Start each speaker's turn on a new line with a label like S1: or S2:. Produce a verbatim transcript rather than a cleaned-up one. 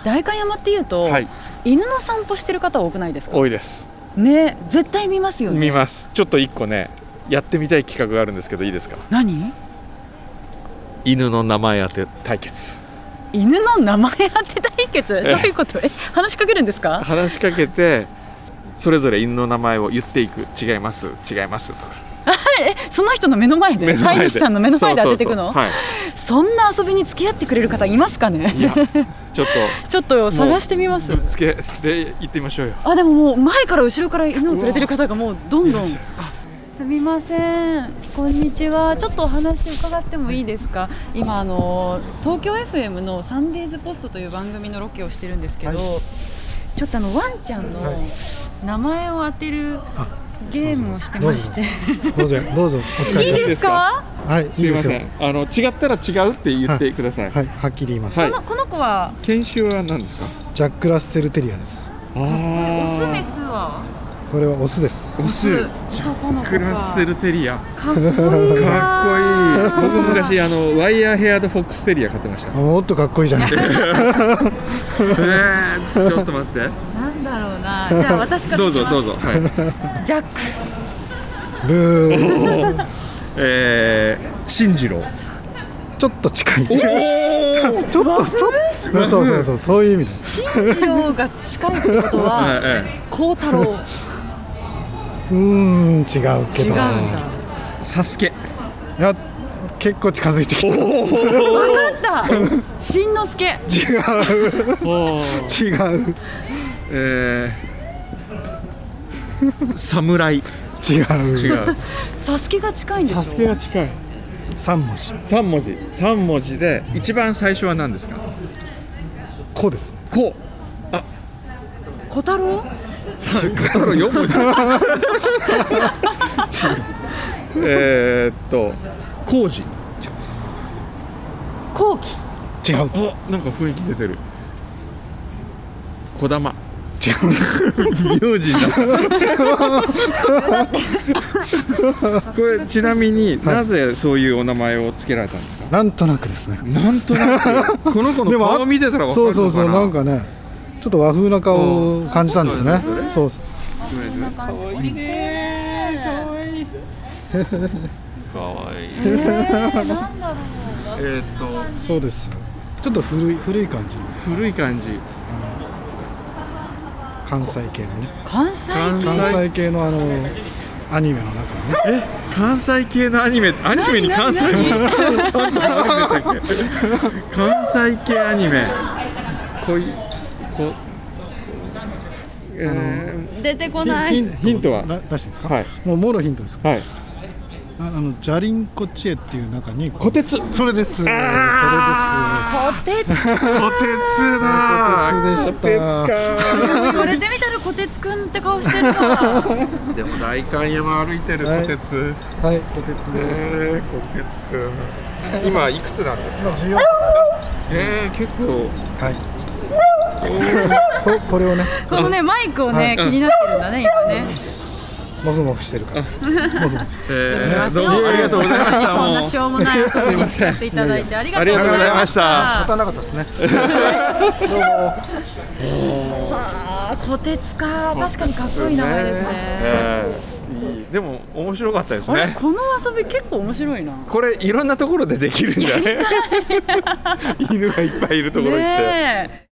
S1: 代官山っていうと、はい、犬の散歩してる方多くないですか？
S2: 多いです
S1: ね。絶対見ますよね。
S2: 見ます。ちょっと一個ねやってみたい企画があるんですけどいいですか？
S1: 何？
S2: 犬の名前当て対決。
S1: 犬の名前当て対決？どういうこと？え話しかけるんですか？
S2: 話しかけてそれぞれ犬の名前を言っていく。違います違いますとか
S1: えその人の目の前で飼い主さんの目の前で当てていくの？
S2: そうそうそう、はい、
S1: そんな遊びに付き合ってくれる方いますかね？
S2: いやちょっと
S1: ちょっと探してみます。
S2: ぶっつけで行ってみましょうよ。
S1: あでももう前から後ろから犬を連れてる方がもうどんどん。すみません、こんにちは。ちょっとお話伺ってもいいですか？今あの東京 エフエム のサンデーズポストという番組のロケをしてるんですけど、はい、ちょっとあのワンちゃんの名前を当てるゲームをしてまして、
S3: どうぞどうぞお使い
S1: いいですか？
S3: はい、
S2: すいません。あの違ったら違うって言ってください。
S3: はい、はい、はっきり言います。
S1: この、この子は
S2: 犬種は何ですか？
S3: ジャックラッセルテリアです。
S2: あ
S1: オスメスは？
S3: これはオスです。
S2: オス。ジャックラッセルテリア。
S1: かっこいいな。かっこいい。
S2: 僕昔あのワイヤーヘアドフォックステリア飼ってました。
S3: もっとかっこいいじゃないですか。
S2: えー、ちょっと待って。
S1: なんだろうな。じゃあ私から
S2: どうぞどうぞ。
S1: はい。ジャック。
S3: ブー。
S2: えー、進次郎。
S3: ちょっと近い。
S2: おお。
S3: ちょっとちょっと。そうそうそうそういう意味で。
S1: 進次郎が近いってことは孝太郎。
S3: うーん違うけど。
S1: 違うんだ。
S2: サスケ。
S3: いや結構近づいてきた。
S1: 分かった。しんのすけ。違
S3: う。違う。
S2: えー、侍。
S3: 違う。
S2: 違う。
S1: サスケが近いんですよ。
S2: サスケが近い。
S3: 三文字。
S2: 三文字。三文字で一番最初は何ですか？
S3: こです。
S2: こ。あ。
S1: 小太郎。
S2: 小太郎四文字。えーっと工事。
S1: 後期。
S3: 違う。
S2: あ、なんか雰囲気出てる。小玉。
S3: 違う。
S2: 名字だ。これちなみに、はい、なぜそういうお名前を付けられたんですか？
S3: なんとなくですね。
S2: なんとなく。この子の顔見てたら分かるのかな。
S3: そうそうそうなんかね、ちょっと和風な顔を感じたんですね。そうそう。
S2: かわいいね。かわいい。かわいい。
S1: えー、なんだろう。
S2: えっと
S3: そうです。ちょっと古い古い感じ。
S2: 古い感じ。
S3: 関西系のね。
S1: 関西系。
S3: 関西系のあのアニメの中にね。
S2: え、関西系のアニメ、アニメに関西もあるんでしたっけ？関西系アニメ。こいこ。
S1: えー、出てこない。
S2: ヒン、ヒントは
S3: 出していいですか？
S2: はい。
S3: もうもろヒントですか？
S2: はい。
S3: あのジャリンコチエっていう中に
S2: 虎鉄。
S3: それです。それです。
S1: 虎鉄。
S2: 虎鉄だ。
S3: 虎鉄でした。
S2: 虎鉄か。
S1: 言われてみたら虎鉄くんって顔してるわ。
S2: でも代官山歩いてる虎鉄。
S3: はい、虎鉄です。
S2: えー、虎鉄くん。今いくつなんですか？
S3: じゅうよん。
S2: えー、結構。
S3: はい。こ, これをね。
S1: このねマイクをね、はい、気になってるんだね今ね。
S3: もふもふしてるから。
S2: えー、どうもありがとうございました。
S1: こんなしょうもない遊びに使っていただいてありがとうございました。
S3: 当たらなかったですね。どうも。
S1: ああ、虎鉄か。確かにかっこいい名前ですね。
S2: えー、いい。でも面白かったですね。
S1: この遊び結構面白いな。
S2: これいろんなところでできるんじゃない？犬がいっぱいいるところ行って。